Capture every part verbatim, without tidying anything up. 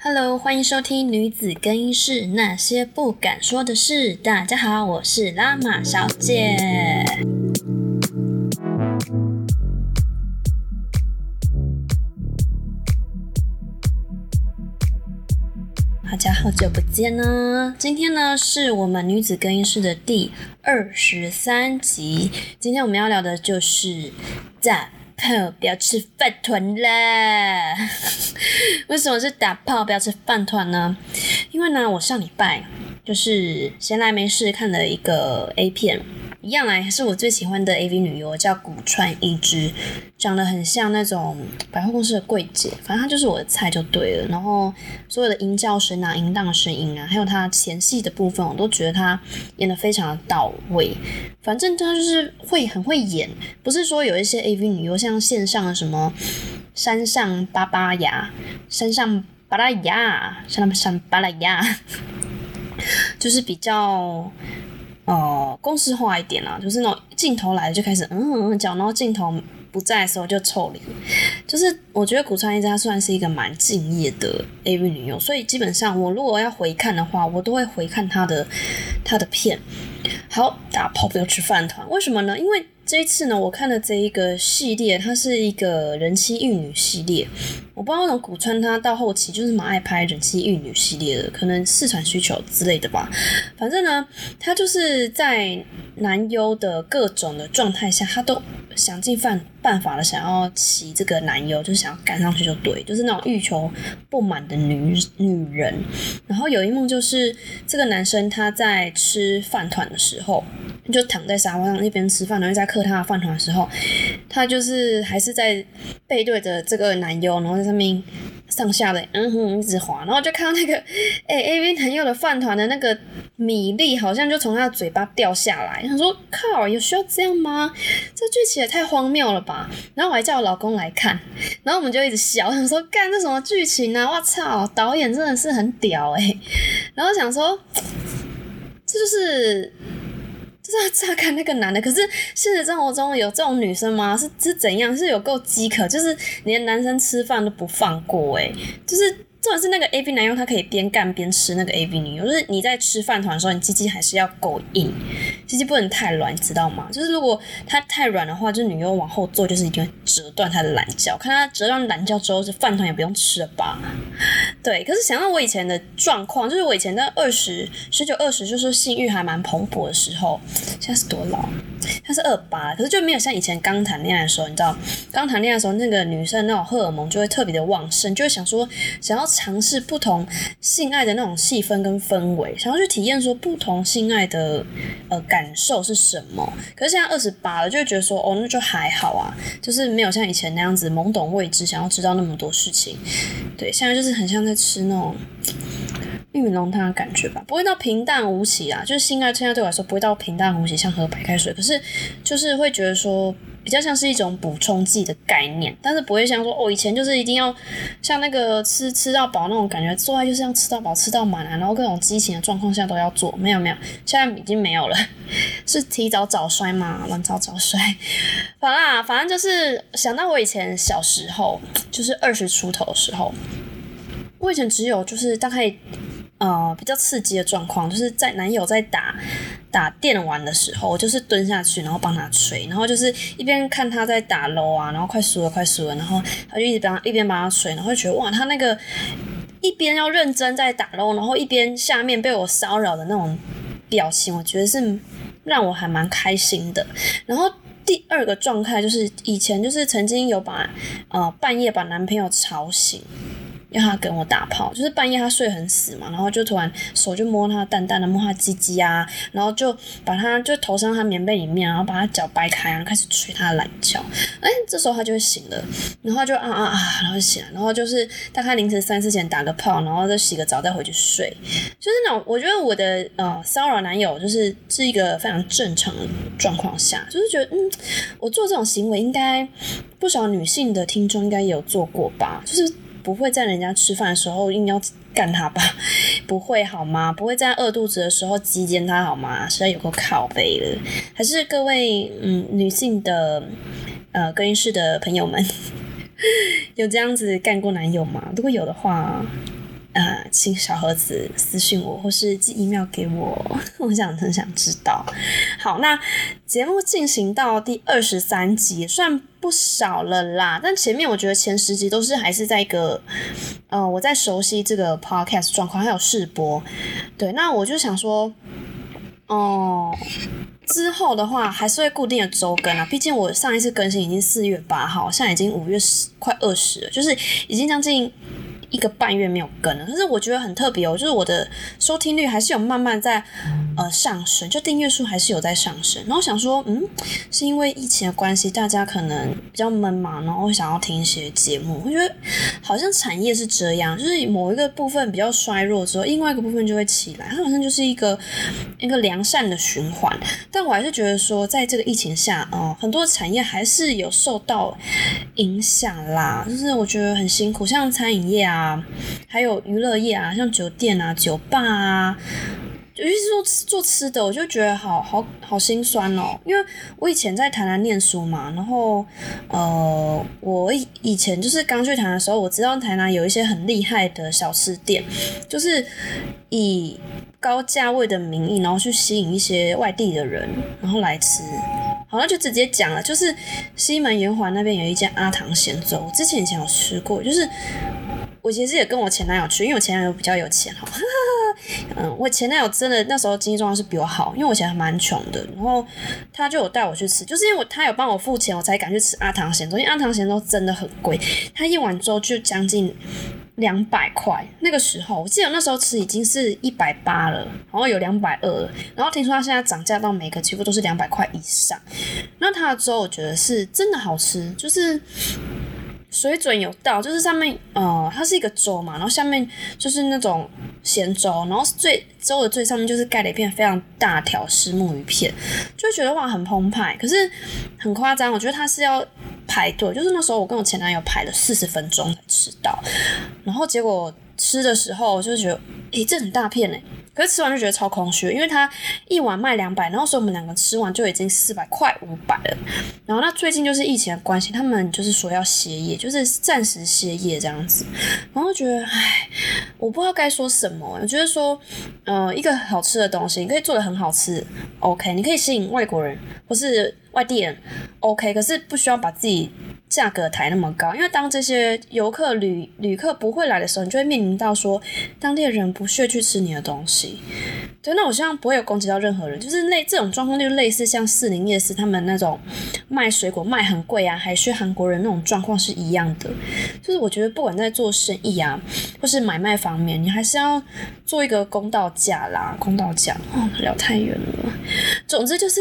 Hello， 欢迎收听女子更衣室那些不敢说的事。大家好，我是拉玛小姐。大家好久不见呢！今天呢是我们女子更衣室的第二十三集。今天我们要聊的就是打炮不要吃饭团啦。为什么是打炮不要吃饭团呢？因为呢，我上礼拜就是闲来没事看了一个 A 片，一样来是我最喜欢的 A V 女优，叫古川一枝，长得很像那种百货公司的柜姐，反正她就是我的菜就对了。然后所有的吟叫声啊、淫荡的声音啊，还有她前戏的部分，我都觉得她演得非常的到位。反正她就是会很会演，不是说有一些 A V 女优像线上的什么山上巴巴雅、山上巴拉雅、山上巴拉雅，就是比较。呃，公式化一点啦，就是那种镜头来了就开始嗯嗯嗯叫，然后镜头不在的时候就臭脸。就是我觉得古川一枝她算是一个蛮敬业的 A V 女优，所以基本上我如果要回看的话，我都会回看她的她的片。好，打炮不要吃饭团，为什么呢？因为这一次呢，我看的这一个系列，它是一个人妻玉女系列。我不知道为什么古川他到后期就是蛮爱拍人妻玉女系列的，可能市场需求之类的吧。反正呢，他就是在男优的各种的状态下，他都想尽办办法的想要骑这个男优，就是想要赶上去就对，就是那种欲求不满的女女人。然后有一幕就是这个男生他在吃饭团的时候，就躺在沙发上一边吃饭，然后在嗑他的饭团的时候，他就是还是在背对着这个男优，然后在上面上下的嗯哼一直滑，然后就看到那个哎、欸、A V 男优的饭团的那个米粒好像就从他的嘴巴掉下来，他说靠，有需要这样吗？这剧情也太荒谬了吧！然后我还叫我老公来看，然后我们就一直笑，想说干这什么剧情啊！我操，导演真的是很屌哎、欸！然后想说，这就是。就是要榨干那个男的，可是现实生活中有这种女生吗？是是怎样？是有够饥渴，就是连男生吃饭都不放过哎、欸，就是重点是那个 A V 男优他可以边干边吃那个 A V 女优，就是你在吃饭团的时候，你鸡鸡还是要够硬，鸡鸡不能太软，你知道吗？就是如果它太软的话，就是女优往后坐，就是一定会折断她的懒觉。看她折断懒觉之后，这饭团也不用吃了吧？对，可是想到我以前的状况，就是我以前在二十、十九、二十，就是性欲还蛮蓬勃的时候，现在是多老？他是二八，可是就没有像以前刚谈恋爱的时候，你知道，刚谈恋爱的时候，那个女生那种荷尔蒙就会特别的旺盛，就会想说，想要尝试不同性爱的那种气氛跟氛围，想要去体验说不同性爱的呃感受是什么。可是现在二十八了，就会觉得说，哦，那就还好啊，就是没有像以前那样子懵懂未知，想要知道那么多事情。对，现在就是很像在吃那种玉米浓汤的感觉吧，不会到平淡无奇啦，就是性爱现在对我来说不会到平淡无奇，像喝白开水，可是就是会觉得说比较像是一种补充剂的概念，但是不会像说哦以前就是一定要像那个吃吃到饱那种感觉，做爱就是要吃到饱吃到满啊，然后各种激情的状况下都要做，没有没有，现在已经没有了，是提早早衰嘛，晚早早衰。好啦，反正就是想到我以前小时候，就是二十出头的时候，我以前只有就是大概。呃，比较刺激的状况，就是在男友在打打电玩的时候，我就是蹲下去，然后帮他吹，然后就是一边看他在打 low 啊，然后快输了，快输了，然后他就一直帮一边帮他吹，然后就觉得哇，他那个一边要认真在打 low， 然后一边下面被我骚扰的那种表情，我觉得是让我还蛮开心的。然后第二个状态就是以前就是曾经有把呃半夜把男朋友吵醒。要他跟我打炮，就是半夜他睡很死嘛，然后就突然手就摸他蛋蛋的，摸他鸡鸡啊，然后就把他就投上他棉被里面，然后把他脚掰开，然后开始捶他的懒觉。哎，这时候他就会醒了，然后就啊啊啊，然后就醒来，然后就是大概凌晨三四点打个炮，然后再洗个澡再回去睡，就是那种我觉得我的呃骚扰男友就是是一个非常正常的状况下，就是觉得嗯，我做这种行为应该不少女性的听众应该也有做过吧，就是。不会在人家吃饭的时候硬要干他吧？不会好吗？不会在饿肚子的时候击奸他好吗？实在有够靠北了。还是各位嗯女性的呃更衣室的朋友们，有这样子干过男友吗？如果有的话，呃请小盒子私讯我，或是寄 email 给我，我想很想知道。好，那节目进行到第二十三集也算不少了啦，但前面我觉得前十集都是还是在一个呃我在熟悉这个 podcast 状况，还有试播。对，那我就想说哦、呃，之后的话还是会固定的周更啊，毕竟我上一次更新已经四月八号，现在已经五月十快二十了，就是已经将近一个半月没有更了。可是我觉得很特别哦，就是我的收听率还是有慢慢在呃上升，就订阅数还是有在上升。然后想说，嗯，是因为疫情的关系，大家可能比较闷嘛，然后想要听一些节目。我觉得好像产业是这样，就是某一个部分比较衰弱之后，另外一个部分就会起来，它好像就是一个一个良善的循环。但我还是觉得说，在这个疫情下，呃，很多产业还是有受到影响啦，就是我觉得很辛苦，像餐饮业啊。啊，还有娱乐业啊，像酒店啊、酒吧啊，尤其是做做吃的，我就觉得好好好心酸哦。因为我以前在台南念书嘛，然后呃，我以前就是刚去台南的时候，我知道台南有一些很厉害的小吃店，就是以高价位的名义，然后去吸引一些外地的人，然后来吃。好，那就直接讲了，就是西门圆环那边有一间阿唐咸粥，我之前以前有吃过，就是我其实也跟我前男友去，因为我前男友比较有钱哈，嗯，我前男友真的那时候经济状况是比我好，因为我以前还蛮穷的，然后他就有带我去吃，就是因为我他有帮我付钱，我才敢去吃阿唐咸粥，因为阿唐咸粥真的很贵，他一碗粥就将近两百块，那个时候我记得那时候吃已经是一百八了，然后有两百二了，然后听说他现在涨价到每个几乎都是两百块以上。那他的粥我觉得是真的好吃，就是水准有到，就是上面呃它是一个粥嘛，然后下面就是那种咸粥，然后最粥的最上面就是盖了一片非常大条虱目鱼片，就会觉得哇很澎湃，可是很夸张，我觉得它是要排队，就是那时候我跟我前男友排了四十分钟才吃到，然后结果吃的时候就是觉得诶这很大片诶，可是吃完就觉得超空虚，因为他一碗卖两百，然后所以我们两个吃完就已经四百快五百了。然后那最近就是疫情的关系，他们就是说要歇业，就是暂时歇业这样子。然后觉得，唉，我不知道该说什么。我觉得说，呃，一个好吃的东西，你可以做得很好吃 ，OK， 你可以吸引外国人或是外地人 ，OK， 可是不需要把自己价格抬那么高，因为当这些游客旅旅客不会来的时候，你就会面临到说当地的人不屑去吃你的东西。对，那我希望不会有攻击到任何人，就是类这种状况就类似像士林夜市他们那种卖水果卖很贵啊，还是韩国人那种状况是一样的。就是我觉得不管在做生意啊，或是买卖方面，你还是要做一个公道价啦，公道价哦，聊太远了。总之就是。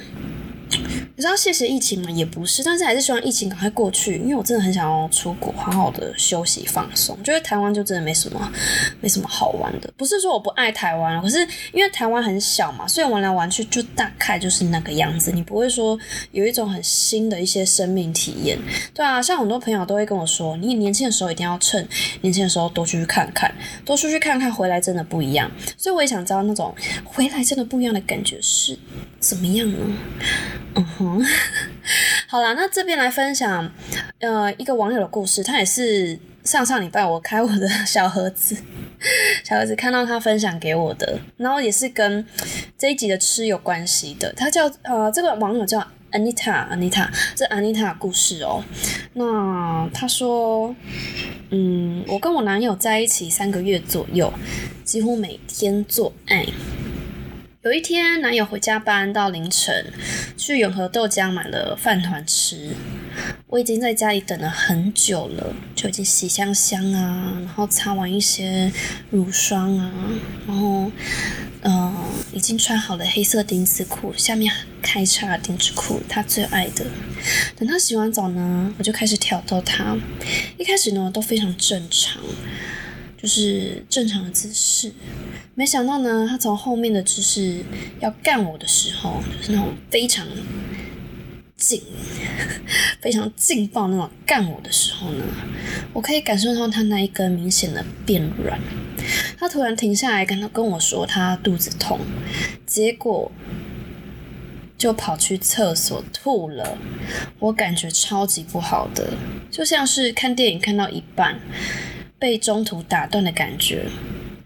你知道谢谢疫情吗？也不是，但是还是希望疫情赶快过去，因为我真的很想要出国，好好的休息放松。觉得台湾就真的没什么，没什么好玩的。不是说我不爱台湾，可是因为台湾很小嘛，所以玩来玩去就大概就是那个样子。你不会说有一种很新的一些生命体验。对啊，像很多朋友都会跟我说，你年轻的时候一定要趁年轻的时候多出去看看，多出去看看，回来真的不一样。所以我也想知道那种回来真的不一样的感觉是怎么样呢？嗯哼，好啦，那这边来分享，呃，一个网友的故事，他也是上上礼拜我开我的小盒子，小盒子看到他分享给我的，然后也是跟这一集的吃有关系的。他叫呃，这个网友叫 Anita，Anita， 这 Anita 的故事哦。那他说，嗯，我跟我男友在一起三个月左右，几乎每天做爱。有一天，男友回家班到凌晨，去永和豆浆买了饭团吃。我已经在家里等了很久了，就已经洗香香啊，然后擦完一些乳霜啊，然后呃，已经穿好了黑色丁字裤，下面开叉丁字裤，他最爱的。等他洗完澡呢，我就开始挑逗他。一开始呢，都非常正常，就是正常的姿势。没想到呢，他从后面的姿势要干我的时候，就是那种非常劲、非常劲爆那种干我的时候呢，我可以感受到他那一根明显的变软。他突然停下来跟他跟我说他肚子痛，结果就跑去厕所吐了。我感觉超级不好的，就像是看电影看到一半被中途打断的感觉。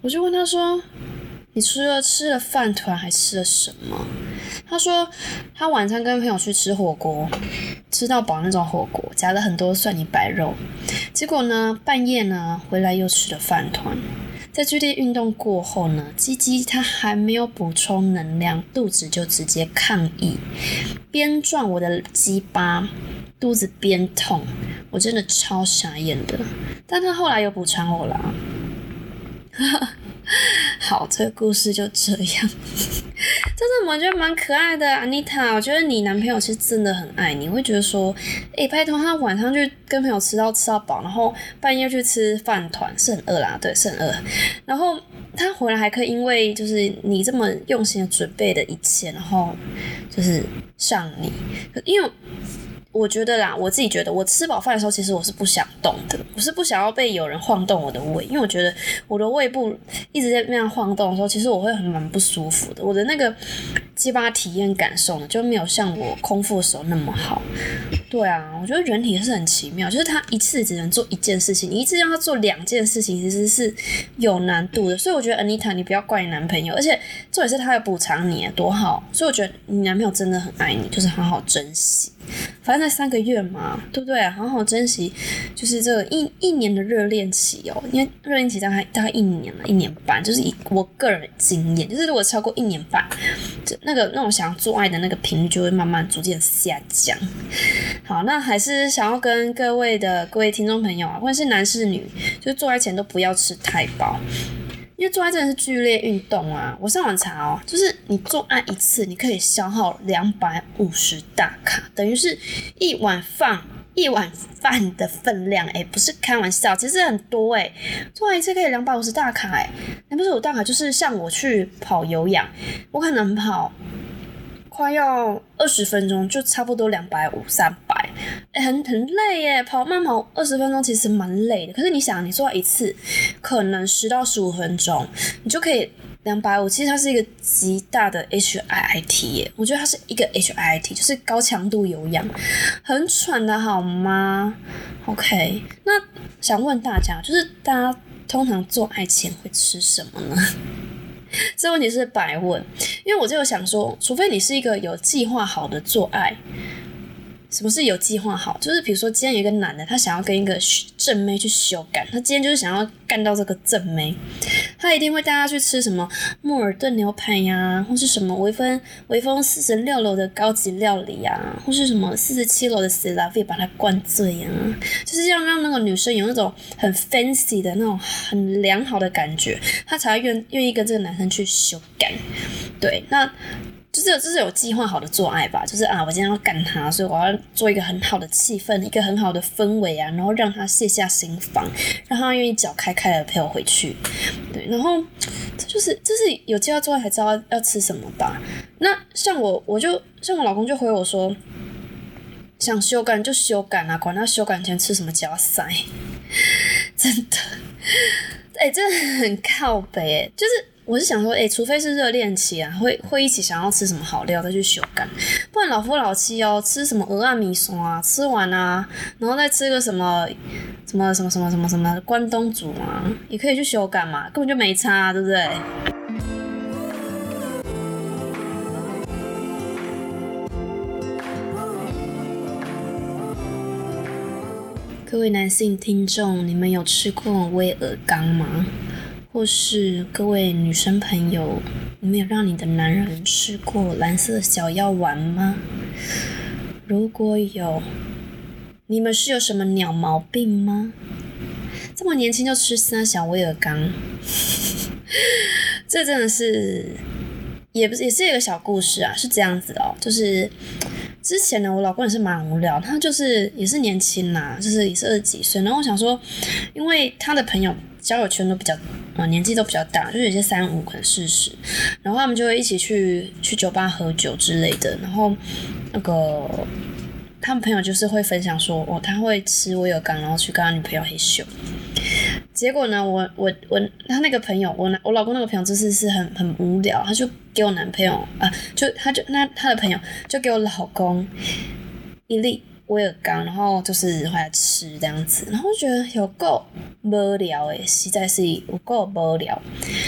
我就问他说，你除了吃了饭团还吃了什么？他说他晚上跟朋友去吃火锅，吃到饱那种火锅，夹了很多蒜泥白肉，结果呢半夜呢回来又吃了饭团。在剧烈运动过后呢，鸡鸡它还没有补充能量，肚子就直接抗议，边撞我的鸡巴，肚子边痛，我真的超傻眼的。但他后来有补偿我啦。好，这个故事就这样。但是我觉得蛮可爱的 Anita， 我觉得你男朋友其实真的很爱你，我会觉得说，哎、欸，拜托他晚上去跟朋友吃到吃到饱，然后半夜去吃饭团，是很饿啦，对，是很饿。然后他回来还可以因为就是你这么用心的准备的一切，然后就是上你，因为。我觉得啦，我自己觉得，我吃饱饭的时候，其实我是不想动的，我是不想要被有人晃动我的胃，因为我觉得我的胃部一直在那样晃动的时候，其实我会很蛮不舒服的。我的那个鸡巴体验感受呢，就没有像我空腹的时候那么好。对啊，我觉得人体是很奇妙，就是他一次只能做一件事情，你一次让他做两件事情，其实是有难度的。所以我觉得 Anita， 你不要怪你男朋友，而且重点是他有补偿你，多好。所以我觉得你男朋友真的很爱你，就是好好珍惜。反正才三个月嘛，对不对啊？好好珍惜，就是这个一一年的热恋期哦，因为热恋期大概大概一年了，一年半，就是以我个人的经验，就是如果超过一年半，就那个那种想要做爱的那个频率就会慢慢逐渐下降。好，那还是想要跟各位的各位听众朋友啊，不管是男是女，就是做爱前都不要吃太饱。因为做爱真的是剧烈运动啊！我上网查哦，就是你做爱一次，你可以消耗两百五十大卡，等于是一碗饭一碗饭的分量，哎，不是开玩笑，其实很多哎。做爱一次可以两百五十大卡，哎，两百五十大卡就是像我去跑有氧，我可能跑快要二十分钟，就差不多两百五、三百，哎，很很累耶，跑慢跑二十分钟其实蛮累的。可是你想，你做一次，可能十到十五分钟，你就可以两百五。其实它是一个极大的 H I I T 耶，我觉得它是一个 H I I T， 就是高强度有氧，很喘的好吗 ？OK， 那想问大家，就是大家通常做爱前会吃什么呢？这问题是白问，因为我就有想说，除非你是一个有计划好的做爱。什么是有计划好？就是比如说今天有一个男的，他想要跟一个正妹去修改，他今天就是想要干到这个正妹，他一定会带他去吃什么莫尔顿牛排呀、啊，或是什么微风微风四十六楼的高级料理呀、啊，或是什么四十七楼的 C L V 把他灌醉呀、啊，就是要让那个女生有那种很 fancy 的那种很良好的感觉，他才愿愿意跟这个男生去修改。对，那。就是这是有计划好的做爱吧，就是啊，我今天要干他，所以我要做一个很好的气氛，一个很好的氛围啊，然后让他卸下心防，让他愿意脚开开的陪我回去。对，然后这就是这是有计划做爱才知道要吃什么吧。那像我，我就像我老公就回我说，想修改就修改啊，管他修改前吃什么加塞，真的，哎、欸，真的很靠北哎、欸，就是。我是想说，诶、欸，除非是热恋期啊，会会一起想要吃什么好料再去修改，不然老夫老妻哦，吃什么鹅啊米松啊，吃完啊，然后再吃个什么什么什么什么什么什么关东煮啊，也可以去修改嘛，根本就没差、啊，对不对？各位男性听众，你们有吃过威尔刚吗？或是各位女生朋友，你们有让你的男人吃过蓝色小药丸吗？如果有，你们是有什么鸟毛病吗？这么年轻就吃三小威尔刚，这真的是，也不是也是一个小故事啊，是这样子的哦，就是之前呢，我老公也是蛮无聊，他就是也是年轻啦，就是也是二十几岁，然后我想说，因为他的朋友。交友圈都比较，呃，年纪都比较大，就是有些三五可能四十，然后他们就会一起去去酒吧喝酒之类的，然后那个他们朋友就是会分享说，哦，他会吃威尔刚，然后去跟他女朋友黑咻。结果呢，我我我他那个朋友，我我老公那个朋友就是是很很无聊，他就给我男朋友啊，就他就那他的朋友就给我老公一粒。威尔刚，然后就是回来吃这样子，然后觉得有够无聊诶，实在是有够无聊。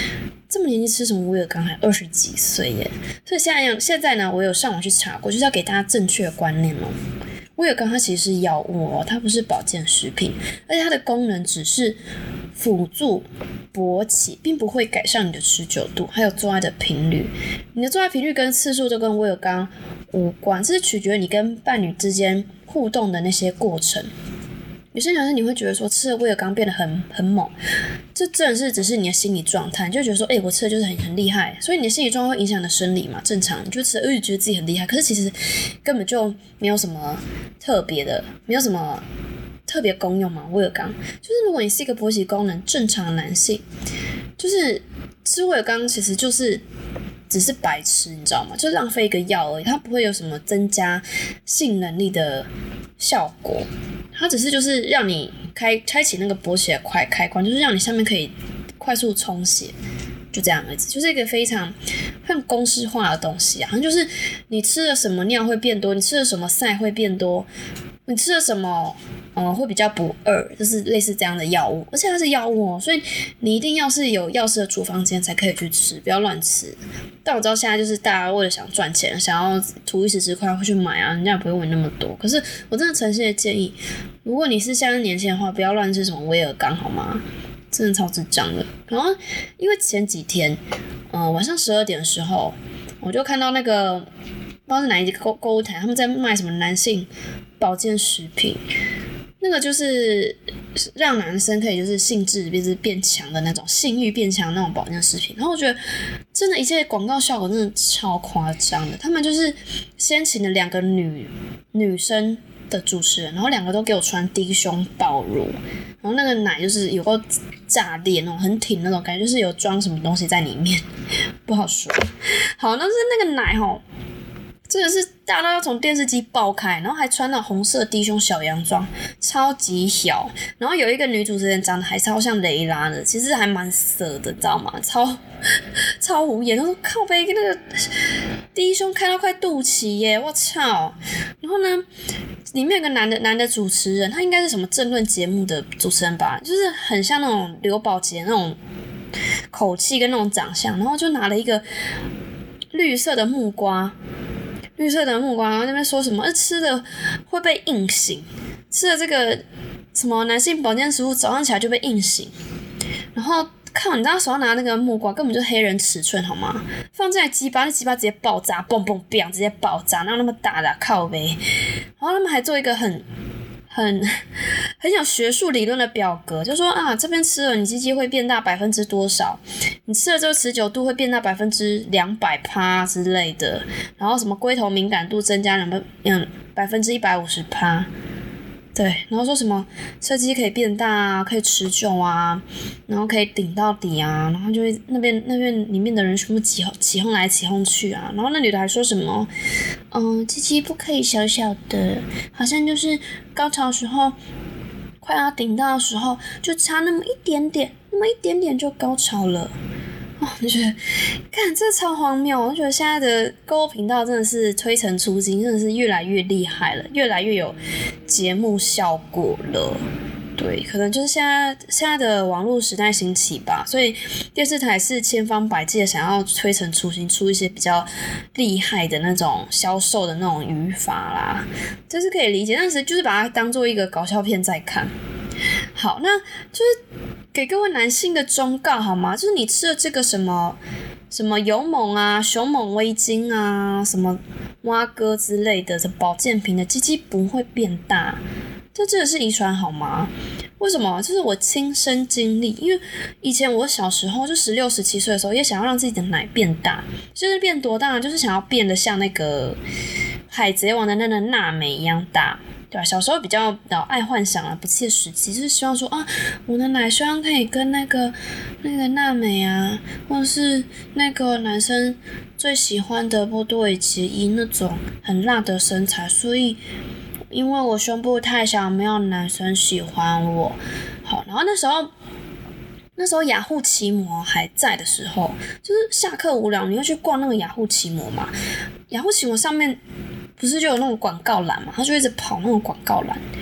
这么年轻吃什么威尔刚，还二十几岁耶。所以现在现在呢，我有上网去查过，就是要给大家正确的观念哦。威尔刚它其实是药物哦，它不是保健食品，而且它的功能只是辅助勃起，并不会改善你的持久度，还有做爱的频率。你的做爱频率跟次数都跟威尔刚无关，这是取决于你跟伴侣之间互动的那些过程。有些男生你会觉得说吃了威尔刚变得很很猛，这真的是只是你的心理状态，你就觉得说，哎、欸，我吃的就是很很厉害，所以你的心理状态会影响你的生理嘛，正常，你就吃了，呃，觉得自己很厉害，可是其实根本就没有什么特别的，没有什么特别功用嘛。威尔刚就是如果你是一个勃起功能正常的男性，就是吃威尔刚其实就是只是白吃，你知道吗？就浪费一个药而已，它不会有什么增加性能力的效果。它只是就是让你开开启那个勃起的快开关，就是让你下面可以快速充血，就这样而已，就是一个非常非常公式化的东西啊。好像就是你吃了什么尿会变多，你吃了什么塞会变多，你吃了什么嗯会比较不饿，就是类似这样的药物，而且它是药物哦，所以你一定要是有药师的处方间才可以去吃，不要乱吃。但我知道现在就是大家为了想赚钱，想要图一时之快会去买啊，人家也不会问那么多。可是我真的诚心的建议，如果你是现在年轻的话，不要乱吃什么威尔刚好吗？真的超智障的。然后因为前几天，呃晚上十二点的时候，我就看到那个不知道是哪一个购购物台，他们在卖什么男性保健食品。那个就是让男生可以就是性质就是变强的那种，性欲变强的那种保健食品。然后我觉得真的一切广告效果真的超夸张的，他们就是先请了两个女女生的主持人，然后两个都给我穿低胸暴露，然后那个奶就是有够炸裂那种，很挺那种感觉，就是有装什么东西在里面，不好说。好，那是那个奶吼。真的是大到要从电视机爆开，然后还穿那红色低胸小洋装，超级小。然后有一个女主持人长得还超像蕾拉的，其实还蛮色的，你知道吗？超超无言。然后说靠北，那个低胸开到快肚脐耶，我操！然后呢，里面有个男的男的主持人，他应该是什么政论节目的主持人吧，就是很像那种刘宝杰那种口气跟那种长相，然后就拿了一个绿色的木瓜。绿色的木瓜，然后那边说什么、呃、吃了会被硬醒，吃了这个什么男性保健食物早上起来就被硬醒。然后靠，你知道手上拿那个木瓜根本就是黑人尺寸好吗？放进来鸡巴，那鸡巴直接爆炸，蹦蹦砰，直接爆炸，哪有那么大的、啊、靠呗。然后他们还做一个很很很有学术理论的表格，就说啊，这边吃了你鸡鸡会变大百分之多少，你吃了之后持久度会变大百分之两百趴之类的，然后什么龟头敏感度增加两百嗯百分之一百五十趴。对，然后说什么车机可以变大啊，可以持久啊，然后可以顶到底啊，然后就会那边那边里面的人全部起哄起哄来起哄去啊，然后那女的还说什么，嗯，鸡鸡不可以小小的，好像就是高潮的时候快要顶到的时候就差那么一点点，那么一点点就高潮了。哦，我就觉得，看这超荒谬！我觉得现在的购物频道真的是推陈出新，真的是越来越厉害了，越来越有节目效果了。对，可能就是现在现在的网络时代兴起吧，所以电视台是千方百计的想要推陈出新，出一些比较厉害的那种销售的那种语法啦，这是可以理解，但是就是把它当做一个搞笑片在看。好，那就是给各位男性的忠告好吗？就是你吃了这个什么什么勇猛啊、熊猛威精啊、什么蛙哥之类的这保健品的鸡鸡不会变大，这真的是遗传好吗？为什么？这是我亲身经历，因为以前我小时候就十六、十七岁的时候，也想要让自己的奶变大，就是变多大，就是想要变得像那个海贼王的那个娜美一样大。对吧？小时候比较爱幻想啊，不切实际，就是希望说啊，我的奶希望可以跟那个那个娜美啊，或者是那个男生最喜欢的波多野结衣那种很辣的身材，所以因为我胸部太小，没有男生喜欢我。好，然后那时候。那时候雅虎奇摩还在的时候，就是下课无聊，你会去逛那个雅虎奇摩嘛？雅虎奇摩上面不是就有那种广告栏嘛？他就一直跑那种广告栏。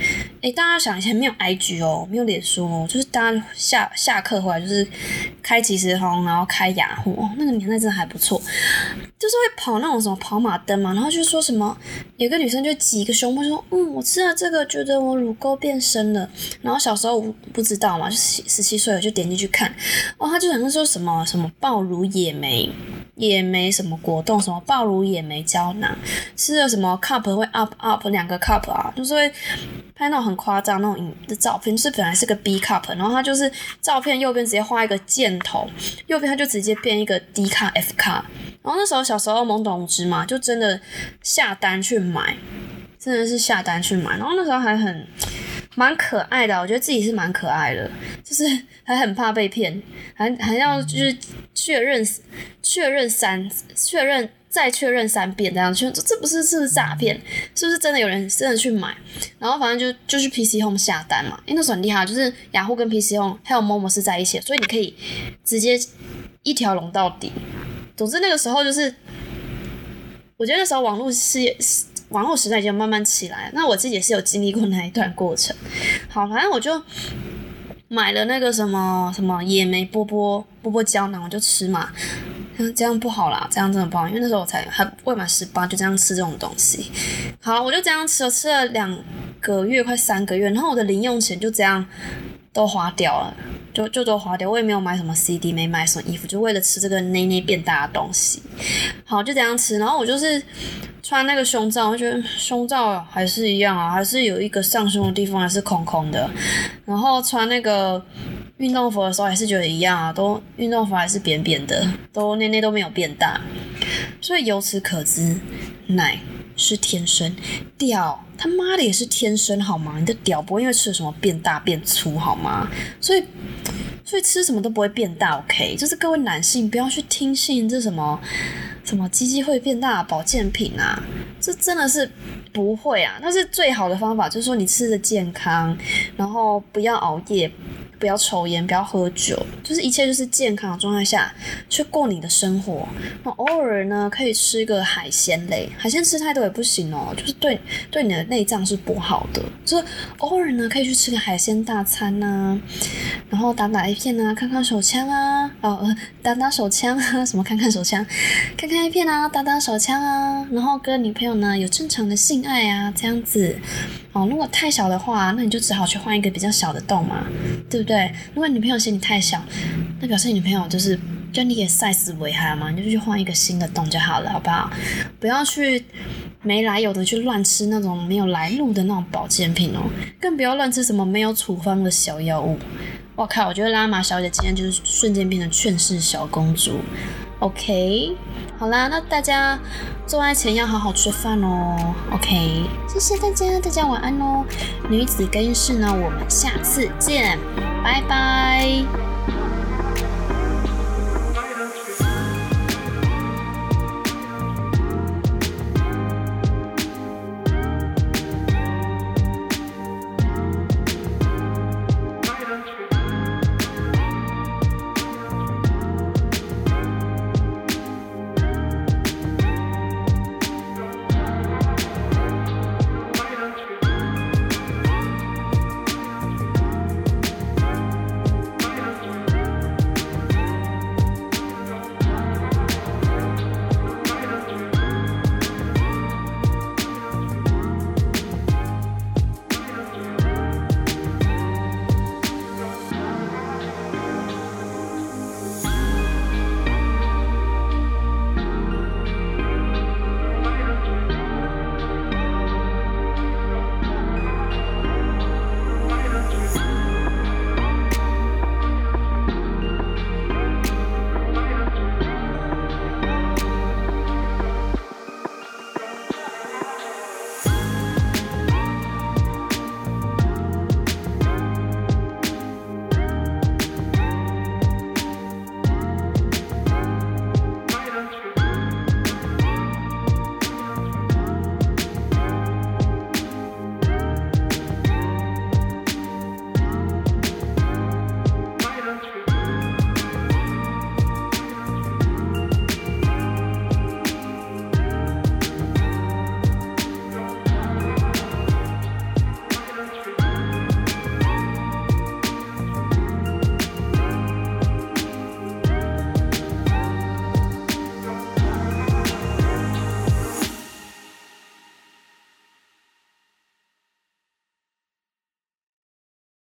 诶，大家想以前没有 I G 哦，没有脸书哦，就是大家下下课回来就是开即时通，然后开雅虎，哦，那个年代真的还不错，就是会跑那种什么跑马灯嘛，然后就说什么有个女生就挤一个胸部说，嗯，我吃了这个，觉得我乳沟变深了。然后小时候不知道嘛，就十七岁我就点进去看，哦，他就好像说什么什么爆乳野莓。野莓什么果冻，什么爆乳野莓胶囊，吃了什么 cup 会 up up 两个 cup 啊，就是会拍那种很夸张那种影的照片，就是本来是个 B cup， 然后它就是照片右边直接画一个箭头，右边它就直接变一个 D 卡 F 卡，然后那时候小时候懵懂无知嘛，就真的下单去买，真的是下单去买，然后那时候还很。蛮可爱的，我觉得自己是蛮可爱的，就是还很怕被骗，还还要就是确认确认三确认再确认三遍这样，就这不是是不是诈骗，是不是真的有人真的去买？然后反正就就去 P C Home 下单嘛，因为那时候很厉害，就是雅虎跟 P C Home 还有 Momo 是在一起的，所以你可以直接一条龙到底。总之那个时候就是，我觉得那时候网络事业。网络时代已经慢慢起来，那我自己也是有经历过那一段过程。好，反正我就买了那个什么什么野莓波波波波胶囊，我就吃嘛。这样不好啦，这样真的不好，因为那时候我才还未满十八，就这样吃这种东西。好，我就这样吃了，吃了两个月，快三个月，然后我的零用钱就这样都花掉了。就就都花掉，我也没有买什么 C D， 没买什么衣服，就为了吃这个内内变大的东西。好，就这样吃，然后我就是穿那个胸罩，我觉得胸罩还是一样啊，还是有一个上胸的地方还是空空的。然后穿那个运动服的时候还是觉得一样啊，都运动服还是扁扁的，都内内都没有变大。所以由此可知，奶是天生，屌他妈的也是天生好吗？你的屌不会因为吃了什么变大变粗好吗？所以所以吃什么都不会变大 ，OK？ 就是各位男性不要去听信这什么什么鸡鸡会变大的保健品啊，这真的是不会啊。但是最好的方法就是说你吃的健康，然后不要熬夜。不要抽烟，不要喝酒，就是一切就是健康的状态下去过你的生活。那偶尔呢，可以吃个海鲜类，海鲜吃太多也不行哦，就是对对你的内脏是不好的。就是偶尔呢，可以去吃个海鲜大餐啊，然后打打 A 片啊，看看手枪啊，哦，呃、打打手枪啊，什么看看手枪，看看 A 片啊，打打手枪啊，然后跟女朋友呢有正常的性爱啊，这样子。哦，如果太小的话，那你就只好去换一个比较小的洞嘛，对不对？如果你女朋友嫌你太小，那表示你女朋友就是就你给 size 危害嘛，你就去换一个新的洞就好了，好不好？不要去没来由的去乱吃那种没有来路的那种保健品哦，更不要乱吃什么没有处方的小药物。我靠，我觉得拉玛小姐今天就是瞬间变成劝世小公主。OK， 好啦，那大家做爱前要好好吃饭哦。OK， 谢谢大家，大家晚安哦。女子更衣室呢，我们下次见，拜拜。